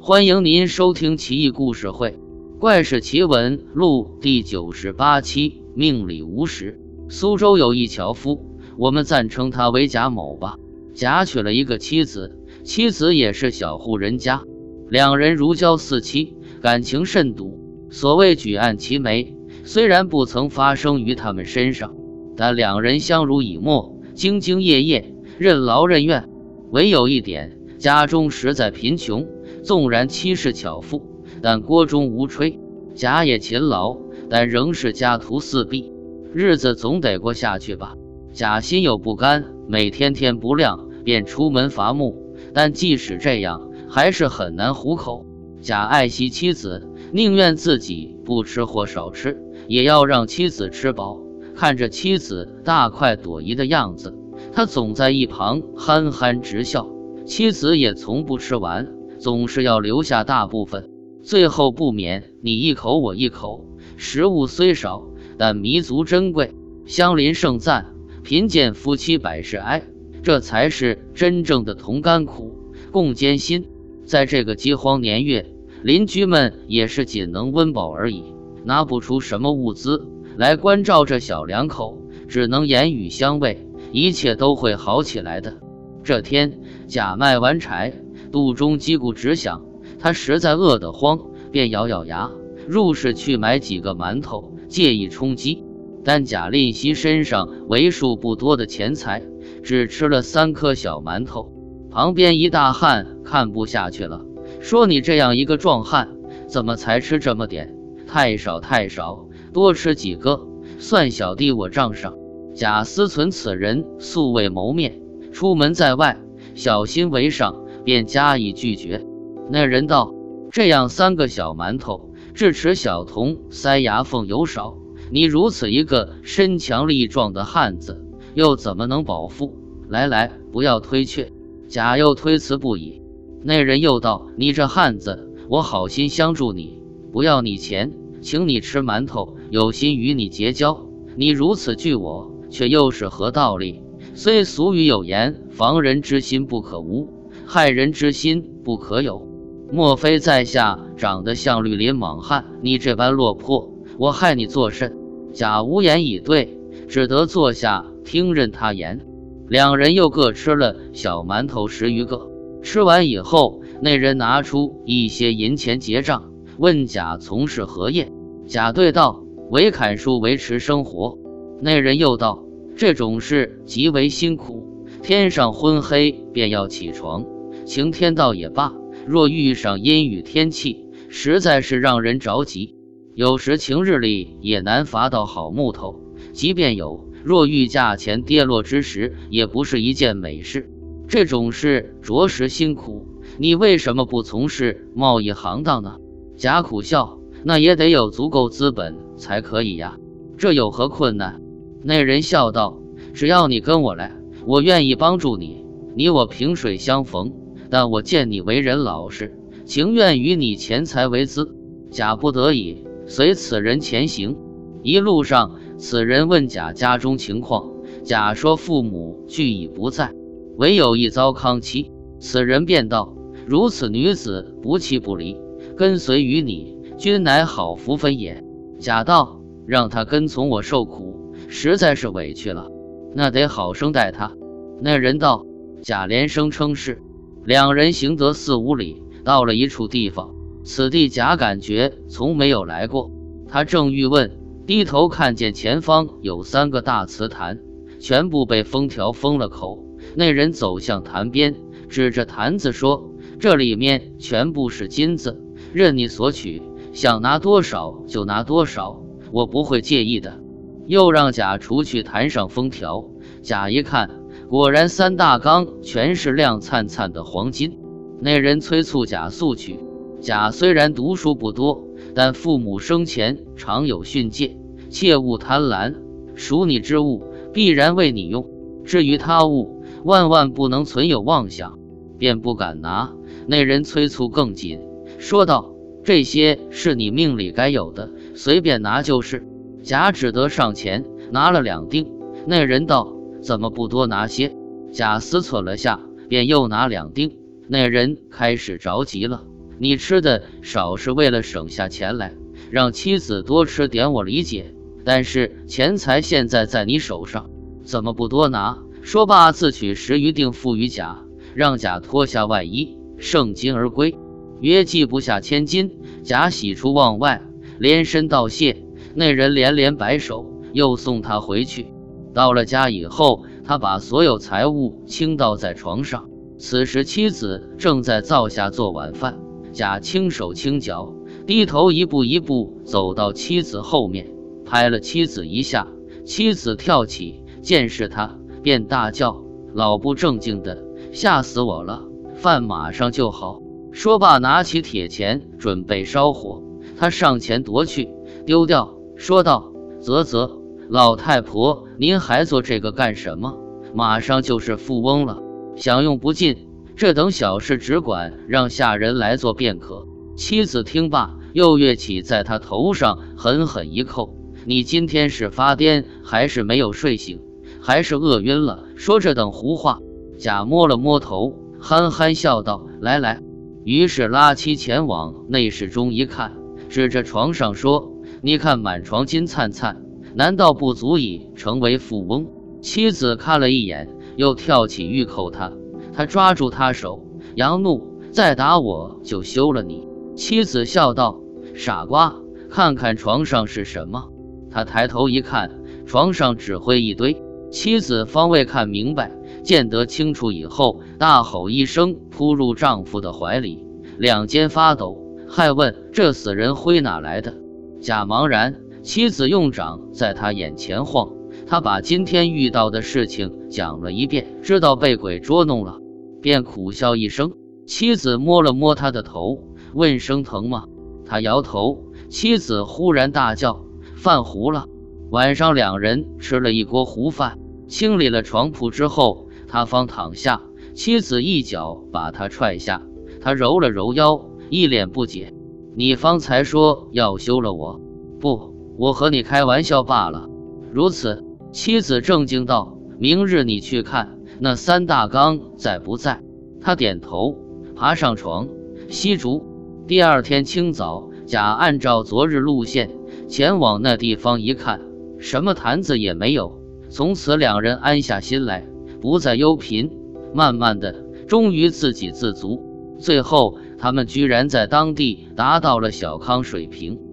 欢迎您收听奇异故事会《怪事奇闻录》第98期。命里无时。苏州有一樵夫，我们暂称他为贾某吧。贾娶了一个妻子，妻子也是小户人家，两人如胶似漆，感情甚笃。所谓举案齐眉，虽然不曾发生于他们身上，但两人相濡以沫，兢兢业业，任劳任怨。唯有一点，家中实在贫穷，纵然妻是巧妇，但锅中无炊。贾也勤劳，但仍是家徒四壁，日子总得过下去吧。贾心有不甘，每天天不亮便出门伐木，但即使这样，还是很难糊口。贾爱惜妻子，宁愿自己不吃或少吃，也要让妻子吃饱。看着妻子大快朵颐的样子，他总在一旁憨憨直笑。妻子也从不吃完，总是要留下大部分，最后不免你一口我一口。食物虽少，但弥足珍贵。乡邻盛赞，贫贱夫妻百事哀，这才是真正的同甘苦，共艰辛。在这个饥荒年月，邻居们也是仅能温饱而已，拿不出什么物资来关照这小两口，只能言语相慰，一切都会好起来的。这天，贾卖完柴，肚中叽咕直响，他实在饿得慌，便咬咬牙，入市去买几个馒头，借以充饥。但贾吝惜身上为数不多的钱财，只吃了3颗小馒头。旁边一大汉看不下去了，说：“你这样一个壮汉，怎么才吃这么点？太少太少，多吃几个，算小弟我账上。”贾思忖此人素未谋面，出门在外，小心为上，便加以拒绝。那人道：“这样3个小馒头，智齿小童塞牙缝有少，你如此一个身强力壮的汉子，又怎么能饱腹？来来，不要推却。”贾又推辞不已。那人又道：“你这汉子，我好心相助你，不要你钱，请你吃馒头，有心与你结交，你如此拒我，却又是何道理？虽俗语有言，防人之心不可无，害人之心不可有。莫非在下长得像绿林莽汉，你这般落魄，我害你作甚？”贾无言以对，只得坐下听任他言。两人又各吃了小馒头10余个。吃完以后，那人拿出一些银钱结账，问贾从事何业。贾对道：“为砍树维持生活。”那人又道：“这种事极为辛苦，天上昏黑便要起床，晴天倒也罢，若遇上阴雨天气，实在是让人着急。有时晴日里也难伐到好木头，即便有，若遇价钱跌落之时，也不是一件美事。这种事着实辛苦，你为什么不从事贸易行当呢？”贾苦笑：“那也得有足够资本才可以呀，这有何困难？”那人笑道：“只要你跟我来，我愿意帮助你。你我萍水相逢，但我见你为人老实，情愿与你钱财为资。”贾不得已，随此人前行。一路上，此人问贾家中情况，贾说父母俱已不在，唯有一遭康妻。此人便道：“如此女子不弃不离，跟随于你，均乃好福分也。”贾道：“让她跟从我受苦，实在是委屈了，那得好生待她。”那人道：“贾连声称是。”两人行得4、5里，到了一处地方，此地贾感觉从没有来过。他正欲问，低头看见前方有3个大瓷坛，全部被封条封了口。那人走向坛边，指着坛子说：“这里面全部是金子，任你索取，想拿多少就拿多少，我不会介意的。”又让贾除去坛上封条。贾一看，果然3大缸全是亮灿灿的黄金。那人催促贾速取。贾虽然读书不多，但父母生前常有训诫，切勿贪婪，属你之物必然为你用，至于他物，万万不能存有妄想，便不敢拿。那人催促更紧，说道：“这些是你命里该有的，随便拿就是。”贾只得上前拿了2锭。那人道：“怎么不多拿些？”贾思忖了下，便又拿2锭。那人开始着急了， 你吃的少是为了省下钱来，让妻子多吃点，我理解。但是钱财现在在你手上，怎么不多拿？说罢，自取10余锭付于甲，让甲脱下外衣，盛金而归。约计不下1000金，甲喜出望外，连声道谢。那人连连摆手，又送他回去。到了家以后，他把所有财物倾倒在床上。此时妻子正在灶下做晚饭，甲轻手轻脚，低头一步一步走到妻子后面，拍了妻子一下。妻子跳起，见是他，便大叫：“老不正经的，吓死我了！饭马上就好。”说罢，拿起铁钳准备烧火。他上前夺去，丢掉，说道：“啧，老太婆，您还做这个干什么？马上就是富翁了，享用不尽，这等小事只管让下人来做便可。”妻子听罢，又跃起，在他头上狠狠一扣：“你今天是发癫，还是没有睡醒，还是饿晕了？说这等胡话！”甲摸了摸头，憨憨笑道：“来。”于是拉妻前往内室中一看，指着床上说：“你看满床金灿灿，难道不足以成为富翁？”妻子看了一眼，又跳起欲扣他。他抓住他手，扬怒：“再打我就休了你！”妻子笑道：“傻瓜，看看床上是什么。”他抬头一看，床上纸灰一堆。妻子方未看明白，见得清楚以后，大吼一声，扑入丈夫的怀里，两肩发抖，还问：“这死人灰哪来的？”甲茫然，妻子用掌在他眼前晃，他把今天遇到的事情讲了一遍，知道被鬼捉弄了，便苦笑一声。妻子摸了摸他的头，问声疼吗？他摇头。妻子忽然大叫：“饭糊了！”晚上两人吃了一锅糊饭，清理了床铺之后，他方躺下。妻子一脚把他踹下，他揉了揉腰，一脸不解：“你方才说要休了我？”“不，我和你开玩笑罢了。”“如此。”妻子正经道：“明日你去看那3大缸在不在？”他点头，爬上床吸烛。第二天清早，甲按照昨日路线前往那地方一看，什么坛子也没有。从此两人安下心来，不再忧贫，慢慢的，终于自给自足。最后他们居然在当地达到了小康水平。